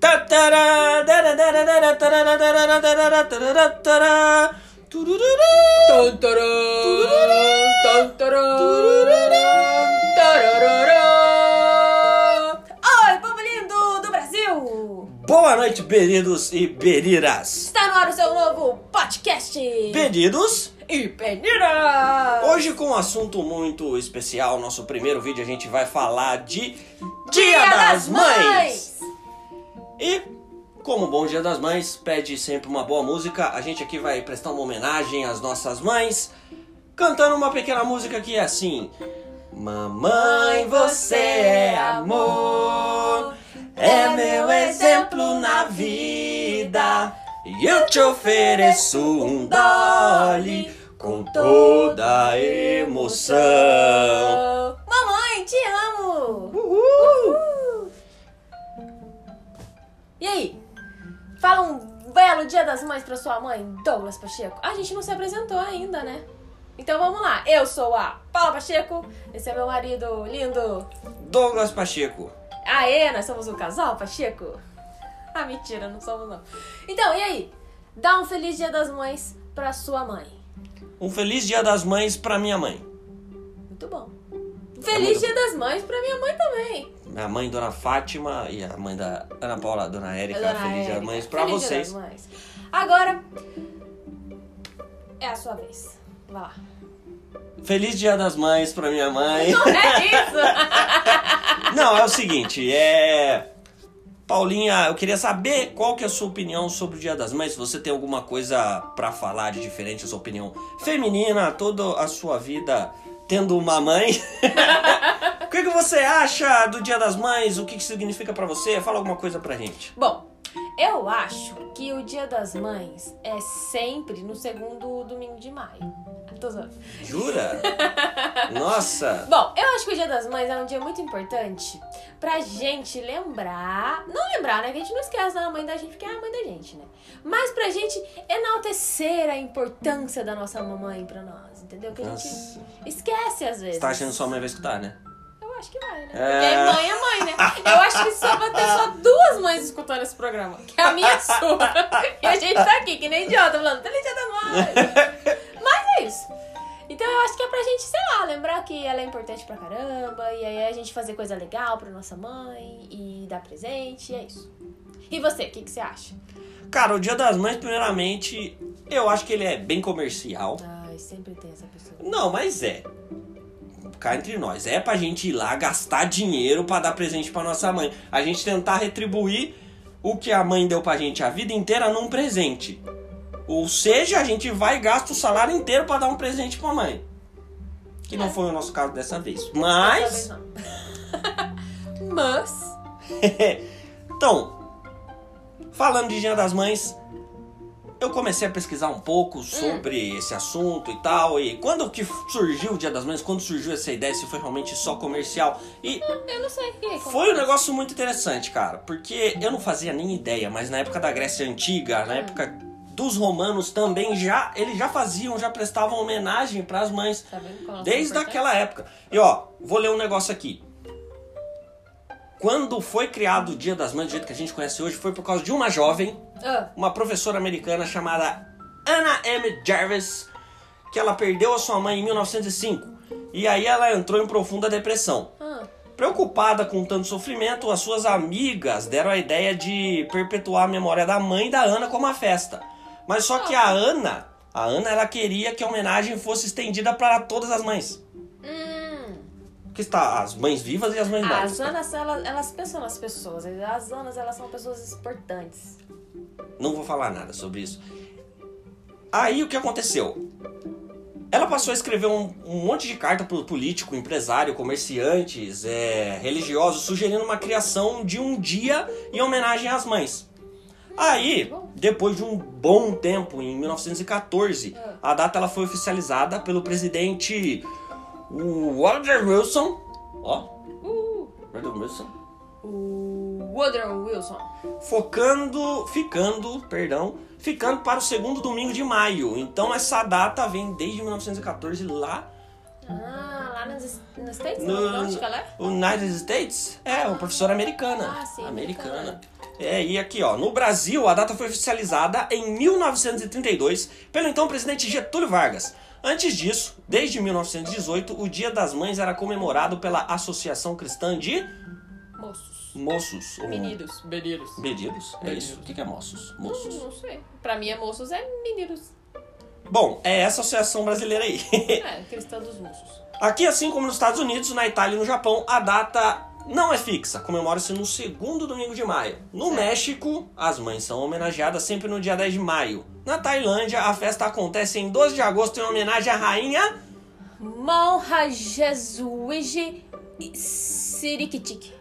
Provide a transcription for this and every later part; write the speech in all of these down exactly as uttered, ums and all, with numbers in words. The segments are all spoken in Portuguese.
Oi, povo lindo do Brasil! Boa noite, benidos e beniras! Está no ar o seu novo podcast! Benidos e beniras! Hoje com um assunto muito especial, nosso primeiro vídeo a gente vai falar de Dia, Dia das, das Mães! Mães! E, como bom Dia das Mães, pede sempre uma boa música, a gente aqui vai prestar uma homenagem às nossas mães, cantando uma pequena música que é assim: Mamãe, você é amor, é meu exemplo na vida, e eu te ofereço um Dolly com toda a emoção. Mamãe, te amo! Uhul! Uhul! E aí? Fala um belo Dia das Mães pra sua mãe, Douglas Pacheco. A gente não se apresentou ainda, né? Então vamos lá. Eu sou a Paula Pacheco. Esse é meu marido lindo, Douglas Pacheco. Aê, nós somos um casal, Pacheco? Ah, mentira, não somos não. Então, e aí? Dá um feliz Dia das Mães pra sua mãe. Um feliz Dia das Mães pra minha mãe. Muito bom. Feliz muito Dia das Mães pra minha mãe também. Minha mãe, Dona Fátima, e a mãe da Ana Paula, Dona Érica. Dona Feliz Dia das Érica. Mães pra Feliz vocês. Dia das Mães. Agora é a sua vez. Vai lá. Feliz Dia das Mães pra minha mãe. Não é isso? Não, é o seguinte, é... Paulinha, eu queria saber qual que é a sua opinião sobre o Dia das Mães. Se você tem alguma coisa pra falar de diferente, a sua opinião feminina, toda a sua vida tendo uma mãe. O que, que você acha do Dia das Mães? O que, que significa pra você? Fala alguma coisa pra gente. Bom, eu acho que o Dia das Mães é sempre no segundo domingo de maio. Tô zoando. Jura? Nossa! Bom, eu acho que o Dia das Mães é um dia muito importante pra gente lembrar... Não lembrar, né? Que a gente não esquece da mãe da gente, porque é a mãe da gente, né? Mas pra gente enaltecer a importância da nossa mamãe pra nós, entendeu? Que a gente Nossa. esquece às vezes. Você tá achando que sua mãe vai escutar, né? Eu acho que vai, né? É. Porque mãe é mãe, né? Eu acho que só vai ter só duas mães escutando esse programa. Que é a minha e a sua. E a gente tá aqui, que nem idiota, falando, feliz Dia das Mães. Mas é isso. Então eu acho que é pra gente, sei lá, lembrar que ela é importante pra caramba. E aí a gente fazer coisa legal pra nossa mãe. E dar presente, e é isso. E você, o que, que você acha? Cara, o Dia das Mães, primeiramente, eu acho que ele é bem comercial. Ai, sempre tem essa pessoa. Não, mas é. Cá entre nós. É pra gente ir lá gastar dinheiro pra dar presente pra nossa mãe. A gente tentar retribuir o que a mãe deu pra gente a vida inteira num presente. Ou seja, a gente vai e gasta o salário inteiro pra dar um presente pra mãe. Que não foi o nosso caso dessa vez. Mas... Dessa vez não. Mas... Então, falando de Dia das Mães, eu comecei a pesquisar um pouco sobre hum. esse assunto e tal. E quando que surgiu o Dia das Mães, quando surgiu essa ideia, se foi realmente só comercial. E eu não sei. E foi um negócio muito interessante, cara. Porque eu não fazia nem ideia, mas na época da Grécia Antiga, na hum. época dos romanos também, já eles já faziam, já prestavam homenagem pras mães. Tá vendo como desde aquela época. E ó, vou ler um negócio aqui. Quando foi criado o Dia das Mães, do jeito que a gente conhece hoje, foi por causa de uma jovem, ah. uma professora americana chamada Anna M. Jarvis, que ela perdeu a sua mãe em mil novecentos e cinco. E aí ela entrou em profunda depressão. Ah. Preocupada com tanto sofrimento, as suas amigas deram a ideia de perpetuar a memória da mãe da Ana como uma festa. Mas só que a Ana, a Ana, ela queria que a homenagem fosse estendida para todas as mães. Hum. Que está as mães vivas e as mães mortas. As Anas, elas, elas pensam nas pessoas. As Anas, elas são pessoas importantes. Não vou falar nada sobre isso. Aí o que aconteceu? Ela passou a escrever um, um monte de carta para o político, empresário, comerciantes, é, religiosos, sugerindo uma criação de um dia em homenagem às mães. Aí, depois de um bom tempo, em mil novecentos e quatorze, a data ela foi oficializada pelo presidente Woodrow Wilson. Ó, Uh. Woodrow Wilson. O Woodrow Wilson. Focando, ficando, perdão, ficando para o segundo domingo de maio. Então essa data vem desde mil novecentos e quatorze lá. Ah, lá nos, nos States? No, Onde que ela é? United States? É, uma professora americana. Ah, sim. Americana. É, e aqui, ó, no Brasil, a data foi oficializada em mil novecentos e trinta e dois pelo então presidente Getúlio Vargas. Antes disso, desde mil novecentos e dezoito, o Dia das Mães era comemorado pela Associação Cristã de... Moços. Moços. Ou... Meninos. Meninos. Meninos? É isso? O que que é moços? Moços. Não, não sei. Pra mim é moços, é meninos. Bom, é essa associação brasileira aí. É, cristã dos moços. Aqui, assim como nos Estados Unidos, na Itália e no Japão, a data não é fixa. Comemora-se no segundo domingo de maio. No Certo. México, as mães são homenageadas sempre no dia dez de maio. Na Tailândia, a festa acontece em doze de agosto em homenagem à rainha... Monra Jesuíge Sirikitik.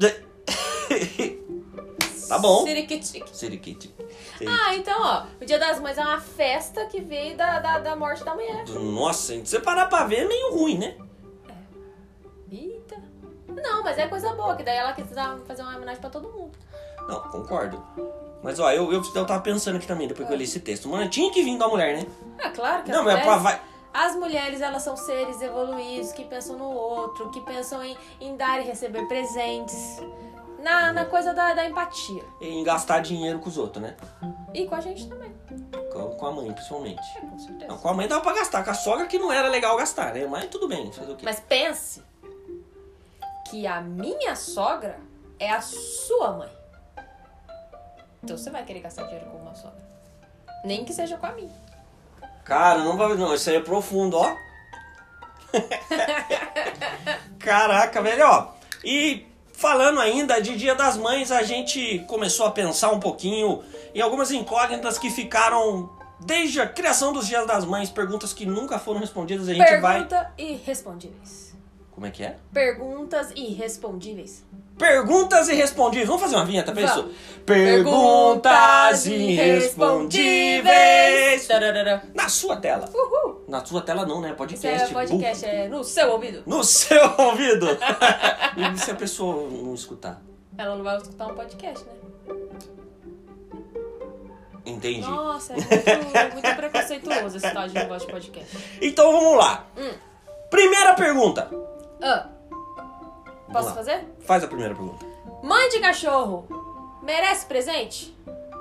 Tá bom. Sirikitik. Siriquiti. Ah, então, ó, o Dia das Mães é uma festa que veio da, da, da morte da mulher. Nossa, se você parar pra ver, é meio ruim, né? Eita. Não, mas é coisa boa, que daí ela quis dar- fazer uma homenagem pra todo mundo. Não, concordo. Mas, ó, eu, eu, eu tava pensando aqui também, depois que eu li esse texto. Mano, tinha que vir da mulher, né? É claro que Não, as mas mulheres, vai... as mulheres, elas são seres evoluídos, que pensam no outro, que pensam em, em dar e receber presentes. Na, na coisa da, da empatia. em gastar dinheiro com os outros, né? E com a gente também. Com, com a mãe, principalmente. É, com certeza. Não, com a mãe dava pra gastar, com a sogra que não era legal gastar, né? Mas tudo bem, fazer o quê? Mas pense que a minha sogra é a sua mãe. Então você vai querer gastar dinheiro com uma sogra. Nem que seja com a minha. Cara, não vai... Não, isso aí é profundo, ó. Caraca, velho, ó. E falando ainda de Dia das Mães, a gente começou a pensar um pouquinho em algumas incógnitas que ficaram desde a criação dos Dias das Mães, perguntas que nunca foram respondidas, a gente vai... Pergunta irrespondíveis. Como é que é? Perguntas irrespondíveis. Perguntas irrespondíveis. Vamos fazer uma vinheta pra Vamos. isso? Perguntas irrespondíveis. Tararara. Na sua tela. Uhul. Na sua tela não, né? Isso Podcast. é podcast, é no seu ouvido. No seu ouvido. E se a pessoa não escutar? Ela não vai escutar um podcast, né? Entendi. Nossa, é muito, muito preconceituoso esse tal de negócio de podcast. Então vamos lá. Hum. Primeira pergunta. Ah, Vamos posso lá. fazer? Faz a primeira pergunta. Mãe de cachorro merece presente?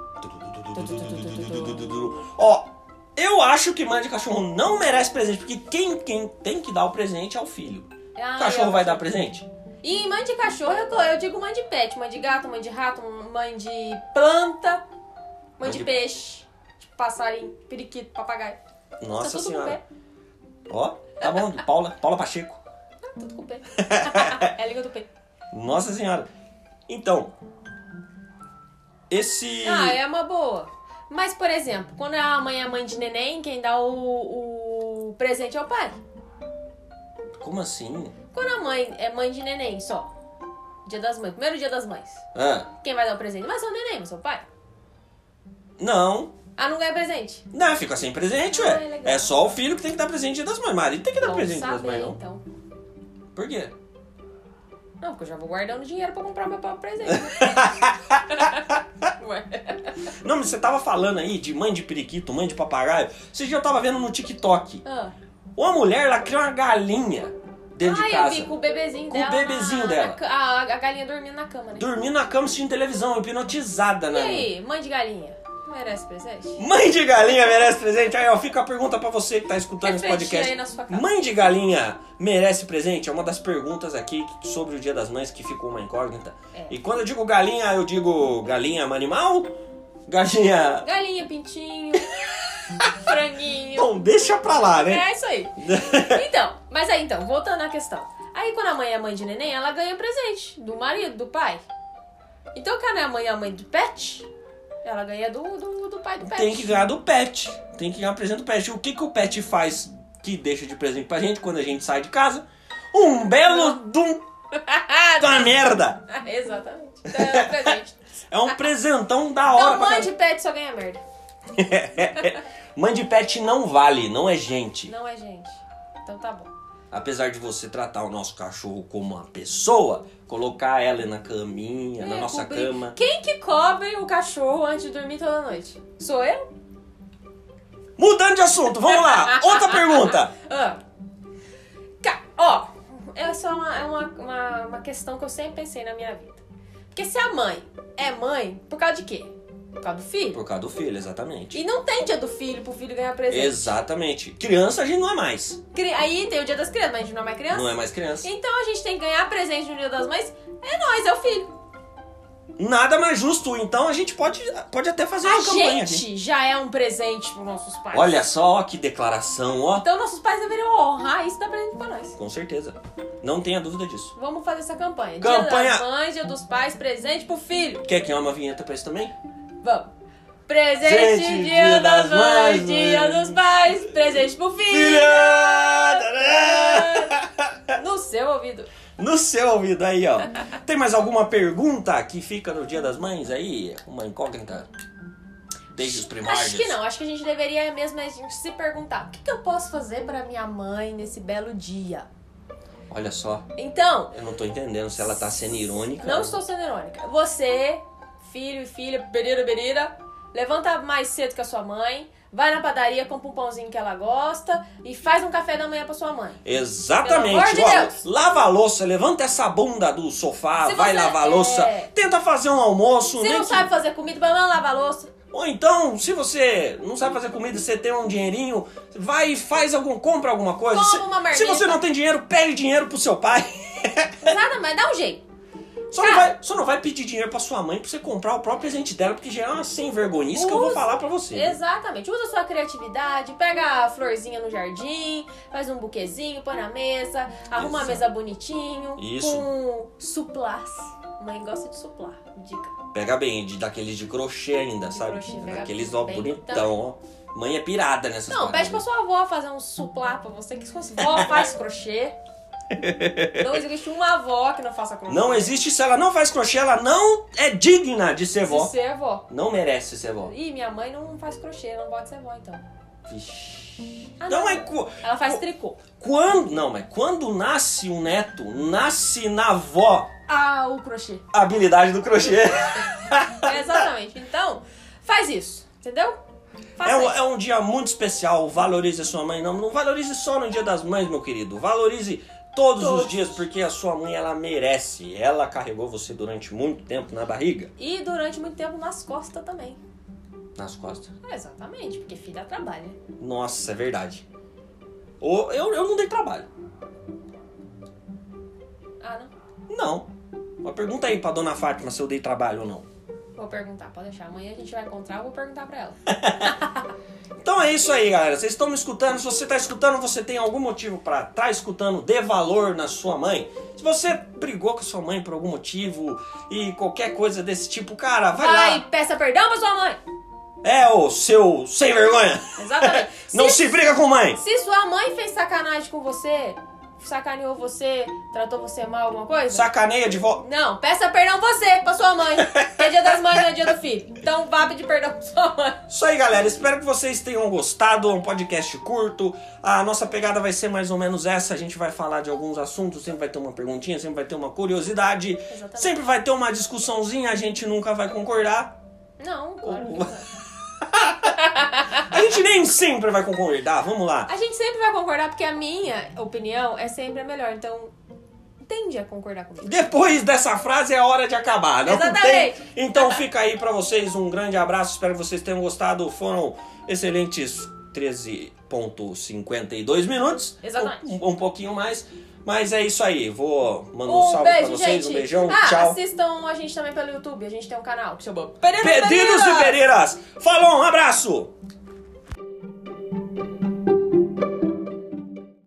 Ó, eu acho que mãe de cachorro não merece presente, porque quem, quem tem que dar o presente é o filho. Ah, O cachorro eu- vai dar presente? E mãe de cachorro, eu, tô- eu digo mãe de pet, mãe de gato, mãe de rato, mãe de planta, mãe Mãe de de- peixe, de passarinho, periquito, papagaio. Nossa Tá tudo senhora. com Ó, tá bom. Paula, Paula Pacheco. P. Tudo com P. É a língua do P. Nossa senhora. Então, esse... Ah, é uma boa. Mas, por exemplo, quando a mãe é mãe de neném, quem dá o, o presente é o pai. Como assim? Quando a mãe é mãe de neném só, dia das mães, primeiro dia das mães, Ah, quem vai dar o presente? Vai ser o neném, vai ser o pai. não. Ah, não ganha presente? Não, fica sem presente, Ah, ué. é legal. É só o filho que tem que dar presente dia das mães. Marido tem que dar Bom presente dia das saber, mães, não. então. Por quê? Não, porque eu já vou guardando dinheiro pra comprar meu próprio presente. Ué. Não, mas você tava falando aí de mãe de periquito, mãe de papagaio. Esse dia eu tava vendo no TikTok. Ah. Uma mulher, ela criou uma galinha dentro Ah, de eu casa. vi com o bebezinho Com o dela. bebezinho na- dela. na ca- a, a galinha dormindo na cama, né? Dormindo na cama assistindo televisão, hipnotizada, E né? aí, mãe de galinha, merece presente? Mãe de galinha merece presente? Aí, ó, fica a pergunta pra você que tá escutando esse Refletir podcast. aí na sua casa. Mãe de galinha merece presente? É uma das perguntas aqui sobre o Dia das Mães que ficou uma incógnita. É. E quando eu digo galinha, eu digo galinha animal? Galinha... Galinha, pintinho, franguinho. Bom, deixa pra lá, né? É isso aí. Então, mas aí então, voltando à questão. Aí quando a mãe é mãe de neném, ela ganha presente do marido, do pai. Então quando a mãe é a mãe do pet, ela ganha do, do, do pai do pet. Tem que ganhar do pet. Tem que ganhar presente do pet. O que, que o pet faz que deixa de presente pra gente quando a gente sai de casa? Um belo de um... uma merda! Exatamente. Então é um presente. É um presentão da hora Então pra mãe caramba. de pet só ganha merda. Mãe de pet não vale, não é gente. Não é gente. Então tá bom. Apesar de você tratar o nosso cachorro como uma pessoa, colocar ela na caminha, na É, nossa cobrir. cama. Quem que cobre o cachorro antes de dormir toda noite? Sou eu? Mudando de assunto, vamos lá. Outra pergunta. Ah. Ca- Ó, essa é, uma, é uma, uma, uma questão que eu sempre pensei na minha vida. Porque se a mãe é mãe, por causa de quê? Por causa do filho. Por causa do filho, exatamente. E não tem dia do filho pro filho ganhar presente. Exatamente. Criança a gente não é mais. Cri- Aí tem o dia das crianças, mas a gente não é mais criança. Não é mais criança. Então a gente tem que ganhar presente no dia das mães. É nós, é o filho. Nada mais justo. Então a gente pode, pode até fazer A uma campanha gente aqui. já é um presente pros nossos pais. Olha só que declaração, ó. Então nossos pais deveriam honrar isso e dar presente pra nós. Com certeza. Não tenha dúvida disso. Vamos fazer essa campanha. Campanha- Dia das mães, dia dos pais, presente pro filho. Quer que é uma vinheta pra isso também? Vamos. Presente, Gente, dia das mães, dia dos pais, presente pro filho. No seu ouvido. No seu ouvido aí, ó. Tem mais alguma pergunta que fica no Dia das Mães aí? Uma incógnita? Desde os primórdios. Acho que não, acho que a gente deveria mesmo a gente se perguntar: o que, que eu posso fazer pra minha mãe nesse belo dia? Olha só, Então, eu não tô entendendo se ela tá sendo irônica. não estou sendo irônica. Você, filho e filha, berira, berira, levanta mais cedo que a sua mãe, vai na padaria, compra um pãozinho que ela gosta e faz um café da manhã pra sua mãe. Exatamente. Pelo amor de Ó, Deus. lava a louça, levanta essa bunda do sofá, Se vai você- lavar a louça, é. tenta fazer um almoço. Se nem não que- sabe fazer comida, vai lá lavar a louça. Ou então, se você não sabe fazer comida, você tem um dinheirinho, vai e faz algum, compra alguma coisa. Compra Se- uma marmita. se você não tem dinheiro, pede dinheiro pro seu pai. Nada, mas dá um jeito. Só não, Cara. vai, só não vai pedir dinheiro pra sua mãe pra você comprar o próprio presente dela, porque já é uma sem vergonhice que eu vou Usa- falar pra você. Exatamente. Usa sua criatividade, pega a florzinha no jardim, faz um buquezinho, põe na mesa, arruma a Exato. mesa bonitinho, Isso. com suplás. Mãe gosta de suplar, dica. Pega bem, de, daqueles de crochê ainda, De sabe? crochê, pega Daqueles, ó, bem bonitão, ó. Mãe é pirada nessas Não, paradas. pede pra sua avó fazer um suplá pra você, que sua avó faz crochê. Não existe uma avó que não faça crochê. Não existe, se ela não faz crochê, ela não é digna de ser Se vó. ser avó. Não merece ser vó. Ih, minha mãe não faz crochê, não pode ser vó, então. Vixe. Ah, Não, não. mas cu- Ela faz cu- tricô. quando, não, mas quando nasce um neto, nasce na avó Ah, o crochê. a habilidade do crochê. Exatamente. Então, faz isso, entendeu? Faça É um, isso. é um dia muito especial, valorize a sua mãe. Não, não valorize só no dia das mães, meu querido. Valorize todos, Todos. os dias, porque a sua mãe, ela merece. Ela carregou você durante muito tempo na barriga, E durante muito tempo nas costas também. nas costas. Exatamente, porque filha trabalha. Nossa, é verdade. Ou eu, eu não dei trabalho. Ah, não? Não. Uma pergunta aí pra dona Fátima se eu dei trabalho ou não. Vou perguntar, pode deixar. Amanhã a gente vai encontrar, eu vou perguntar pra ela. Então é isso aí, galera. Vocês estão me escutando. Se você está escutando, você tem algum motivo para estar tá escutando, dê valor na sua mãe. Se você brigou com a sua mãe por algum motivo e qualquer coisa desse tipo, cara, vai, Vai, lá. peça perdão pra sua mãe. É o seu sem vergonha. Exatamente. Não se, se briga com mãe. se sua mãe fez sacanagem com você, sacaneou você, tratou você mal, alguma coisa... Sacaneia de volta. Não, peça perdão você pra sua mãe. Que é dia das mães, não é dia do filho. Então vá pedir perdão pra sua mãe. Isso aí, galera. Espero que vocês tenham gostado. É um podcast curto. A nossa pegada vai ser mais ou menos essa. A gente vai falar de alguns assuntos. Sempre vai ter uma perguntinha, sempre vai ter uma curiosidade. Exatamente. Sempre vai ter uma discussãozinha. A gente nunca vai concordar. Não, claro que não. A gente nem sempre vai concordar. Vamos lá. A gente sempre vai concordar, porque a minha opinião é sempre a melhor. Então, tende a concordar comigo. Depois dessa frase é hora de acabar, não Exatamente. tem? Então fica aí pra vocês um grande abraço, espero que vocês tenham gostado. Foram excelentes treze e cinquenta e dois minutos. Exatamente. Um, um pouquinho mais. Mas é isso aí. Vou mandar um, Um salve beijo, pra vocês, gente. um beijão, ah, tchau. assistam a gente também pelo YouTube. A gente tem um canal que chama Pereira Pedidos e Pereira. Pereiras. Falou, um abraço!